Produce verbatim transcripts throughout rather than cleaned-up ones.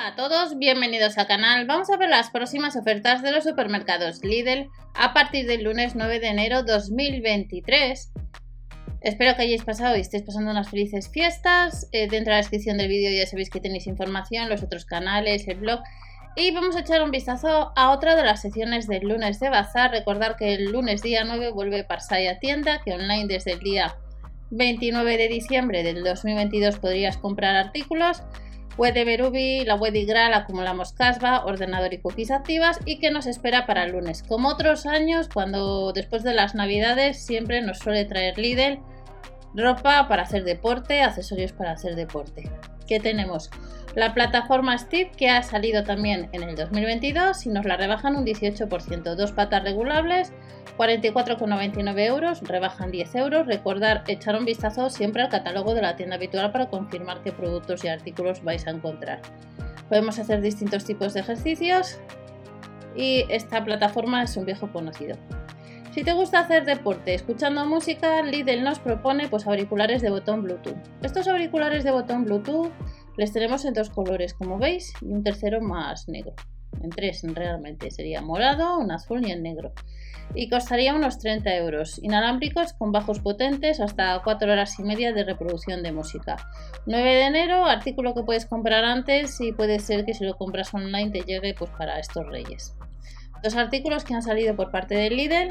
Hola a todos, bienvenidos al canal. Vamos a ver las próximas ofertas de los supermercados Lidl a partir del lunes nueve de enero dos mil veintitrés. Espero que hayáis pasado y estéis pasando unas felices fiestas. Eh, dentro de la descripción del vídeo ya sabéis que tenéis información, los otros canales, el blog. Y vamos a echar un vistazo a otra de las secciones del lunes de bazar. Recordar que el lunes día nueve vuelve Parsai a tienda, que online desde el día veintinueve de diciembre del dos mil veintidós podrías comprar artículos. Web de Berubi, la web de Igral, acumulamos Casba, ordenador y cookies activas, y que nos espera para el lunes. Como otros años, cuando después de las navidades siempre nos suele traer Lidl ropa para hacer deporte, accesorios para hacer deporte. ¿Qué tenemos? La plataforma Steve, que ha salido también en el dos mil veintidós y nos la rebajan un dieciocho por ciento. Dos patas regulables, cuarenta y cuatro con noventa y nueve euros, rebajan diez euros. Recordar echar un vistazo siempre al catálogo de la tienda habitual para confirmar qué productos y artículos vais a encontrar. Podemos hacer distintos tipos de ejercicios y esta plataforma es un viejo conocido. Si te gusta hacer deporte escuchando música, Lidl nos propone pues auriculares de botón Bluetooth. Estos auriculares de botón Bluetooth les tenemos en dos colores, como veis, y un tercero más negro. En tres realmente, sería morado, un azul y en negro. Y costaría unos treinta euros. Inalámbricos con bajos potentes, hasta cuatro horas y media de reproducción de música. nueve de enero, artículo que puedes comprar antes y puede ser que si lo compras online te llegue pues para estos reyes. Dos artículos que han salido por parte de Lidl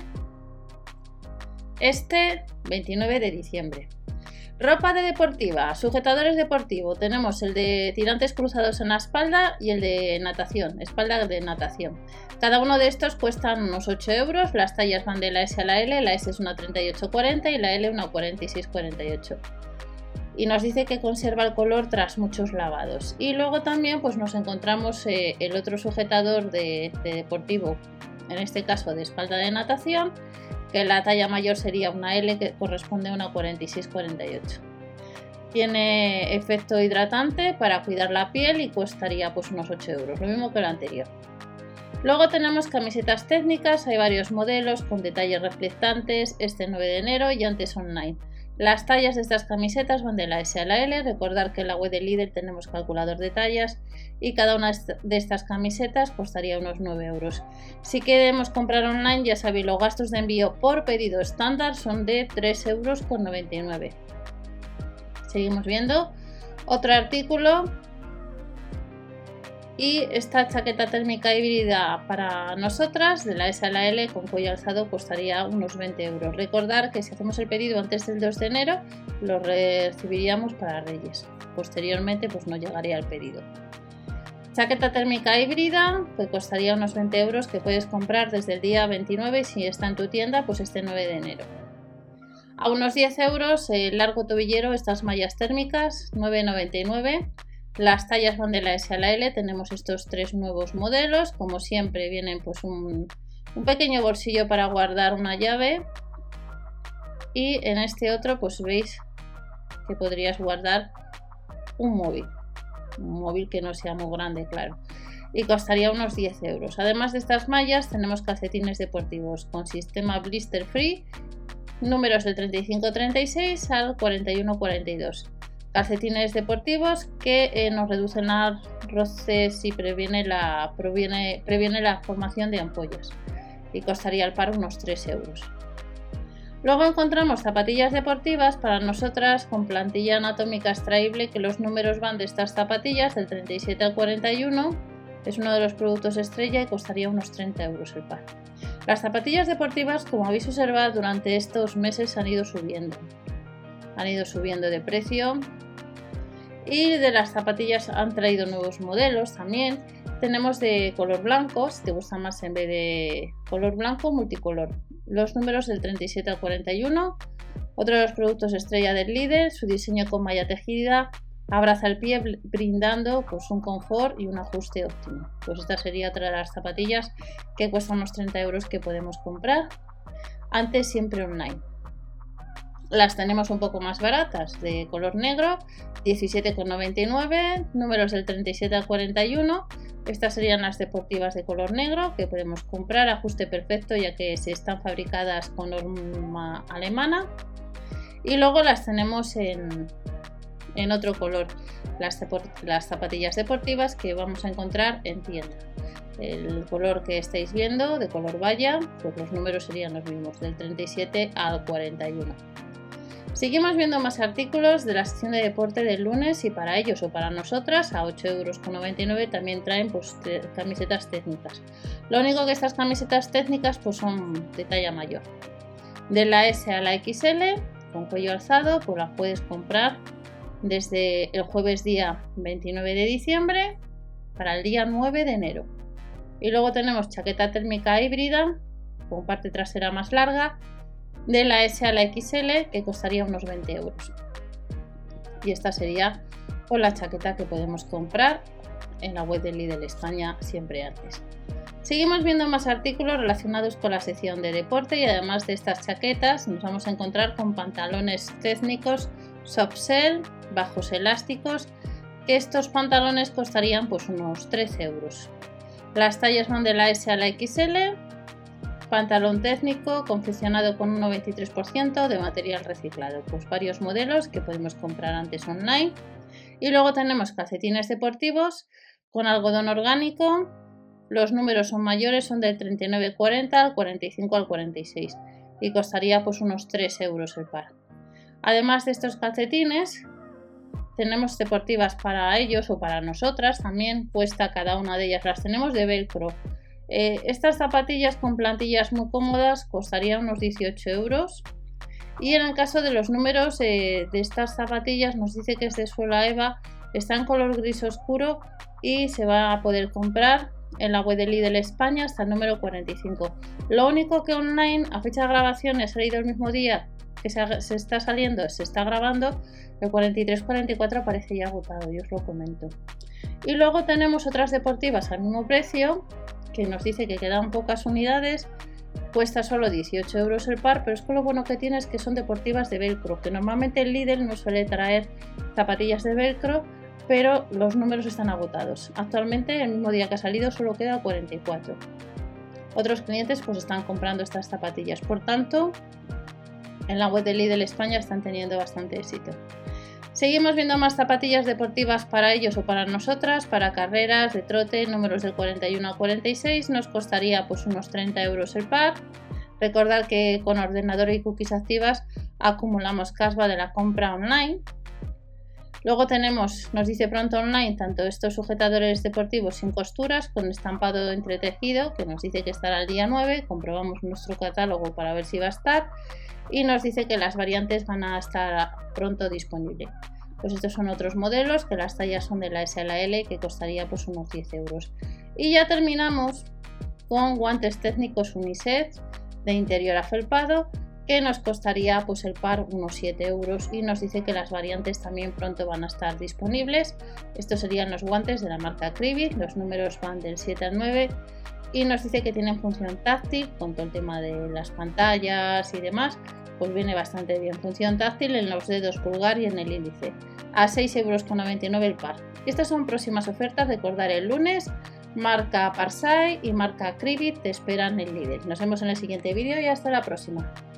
este veintinueve de diciembre. Ropa de deportiva, sujetadores deportivos. Tenemos el de tirantes cruzados en la espalda y el de natación, espalda de natación. Cada uno de estos cuestan unos ocho euros. Las tallas van de la S a la L. La S es una treinta y ocho cuarenta y la L una cuarenta y seis cuarenta y ocho. Y nos dice que conserva el color tras muchos lavados. Y luego también pues nos encontramos eh, el otro sujetador de, de deportivo, en este caso de espalda de natación, que la talla mayor sería una L, que corresponde a una cuarenta y seis cuarenta y ocho. Tiene efecto hidratante para cuidar la piel y costaría pues unos ocho euros, lo mismo que el anterior. Luego tenemos camisetas técnicas, hay varios modelos con detalles reflectantes, este nueve de enero y antes online. Las tallas de estas camisetas van de la S a la L. Recordar que en la web de Lidl tenemos calculador de tallas y cada una de estas camisetas costaría unos nueve euros. Si queremos comprar online, ya sabéis, los gastos de envío por pedido estándar son de tres euros con noventa y nueve. Seguimos viendo otro artículo. Y esta chaqueta térmica híbrida para nosotras, de la S a la L, con cuello alzado, costaría unos veinte euros. Recordar que si hacemos el pedido antes del dos de enero, lo recibiríamos para Reyes. Posteriormente, pues no llegaría el pedido. Chaqueta térmica híbrida, que costaría unos veinte euros, que puedes comprar desde el día veintinueve y si está en tu tienda, pues este nueve de enero. A unos diez euros, el largo tobillero, estas mallas térmicas, nueve noventa y nueve. Las tallas van de la S a la L, tenemos estos tres nuevos modelos, como siempre vienen pues un, un pequeño bolsillo para guardar una llave y en este otro pues veis que podrías guardar un móvil, un móvil que no sea muy grande, claro, y costaría unos diez euros. Además de estas mallas tenemos calcetines deportivos con sistema blister free, números del treinta y cinco treinta y seis al cuarenta y uno cuarenta y dos. Calcetines deportivos que eh, nos reducen a roces y previene la, previene, previene la formación de ampollas y costaría al par unos tres euros. Luego encontramos zapatillas deportivas para nosotras con plantilla anatómica extraíble, que los números van de estas zapatillas del treinta y siete al cuarenta y uno. Es uno de los productos estrella y costaría unos treinta euros el par. Las zapatillas deportivas, como habéis observado, durante estos meses han ido subiendo. Han ido subiendo de precio y de las zapatillas han traído nuevos modelos también. Tenemos de color blanco, si te gusta más en vez de color blanco, multicolor. Los números del treinta y siete al cuarenta y uno. Otro de los productos estrella del Lidl, su diseño con malla tejida abraza el pie brindando pues un confort y un ajuste óptimo. Pues esta sería otra de las zapatillas que cuestan unos treinta euros que podemos comprar. Antes siempre online. Las tenemos un poco más baratas, de color negro, diecisiete con noventa y nueve, números del treinta y siete al cuarenta y uno. Estas serían las deportivas de color negro que podemos comprar, ajuste perfecto ya que se están fabricadas con norma alemana. Y luego las tenemos en, en otro color las, las zapatillas deportivas que vamos a encontrar en tienda. El color que estáis viendo, de color valla, pues los números serían los mismos, del treinta y siete al cuarenta y uno. Seguimos viendo más artículos de la sección de deporte del lunes, y para ellos o para nosotras a ocho euros con noventa y nueve también traen pues, camisetas técnicas. Lo único que estas camisetas técnicas pues, son de talla mayor. De la S a la equis ele con cuello alzado, pues las puedes comprar desde el jueves día veintinueve de diciembre para el día nueve de enero. Y luego tenemos chaqueta térmica híbrida con parte trasera más larga de la S a la equis ele, que costaría unos veinte euros. Y esta sería con la chaqueta que podemos comprar en la web de Lidl España siempre antes. Seguimos viendo más artículos relacionados con la sección de deporte, y además de estas chaquetas nos vamos a encontrar con pantalones técnicos soft shell, bajos elásticos, que estos pantalones costarían pues unos trece euros. Las tallas van de la S a la equis ele. Pantalón técnico confeccionado con un noventa y tres por ciento de material reciclado, pues varios modelos que podemos comprar antes online. Y luego tenemos calcetines deportivos con algodón orgánico. Los números son mayores, son del treinta y nueve cuarenta al cuarenta y cinco al cuarenta y seis, y costaría pues unos tres euros el par. Además de estos calcetines, tenemos deportivas para ellos o para nosotras, también cuesta cada una de ellas, las tenemos de velcro. Eh, estas zapatillas con plantillas muy cómodas costarían unos dieciocho euros, y en el caso de los números eh, de estas zapatillas nos dice que es de suela Eva, está en color gris oscuro y se va a poder comprar en la web de Lidl España hasta el número cuarenta y cinco. Lo único que online a fecha de grabación ha salido el mismo día que se, se está saliendo, se está grabando, el cuarenta y tres cuarenta y cuatro aparece ya agotado, yo os lo comento. Y luego tenemos otras deportivas al mismo precio, que nos dice que quedan pocas unidades, cuesta solo dieciocho euros el par, pero es que lo bueno que tiene es que son deportivas de velcro, que normalmente el Lidl no suele traer zapatillas de velcro, pero los números están agotados. Actualmente, el mismo día que ha salido, solo queda cuarenta y cuatro. Otros clientes pues están comprando estas zapatillas, por tanto, en la web de Lidl España están teniendo bastante éxito. Seguimos viendo más zapatillas deportivas para ellos o para nosotras, para carreras, de trote, números del cuarenta y uno al cuarenta y seis, nos costaría pues unos treinta euros el par. Recordad que con ordenador y cookies activas acumulamos cashback de la compra online. Luego tenemos, nos dice pronto online, tanto estos sujetadores deportivos sin costuras con estampado entretejido, que nos dice que estará el día nueve, comprobamos nuestro catálogo para ver si va a estar, y nos dice que las variantes van a estar pronto disponibles. Pues estos son otros modelos, que las tallas son de la S a la ele, que costaría pues unos diez euros. Y ya terminamos con guantes técnicos unisex de interior afelpado, que nos costaría pues el par unos siete euros, y nos dice que las variantes también pronto van a estar disponibles. Estos serían los guantes de la marca Cribbit, los números van del siete al nueve, y nos dice que tienen función táctil con todo el tema de las pantallas y demás, pues viene bastante bien. Función táctil en los dedos pulgar y en el índice, a seis euros con noventa y nueve el par. Estas son próximas ofertas, recordar el lunes. Marca Parsai y marca Cribbit te esperan en Lidl. Nos vemos en el siguiente vídeo y hasta la próxima.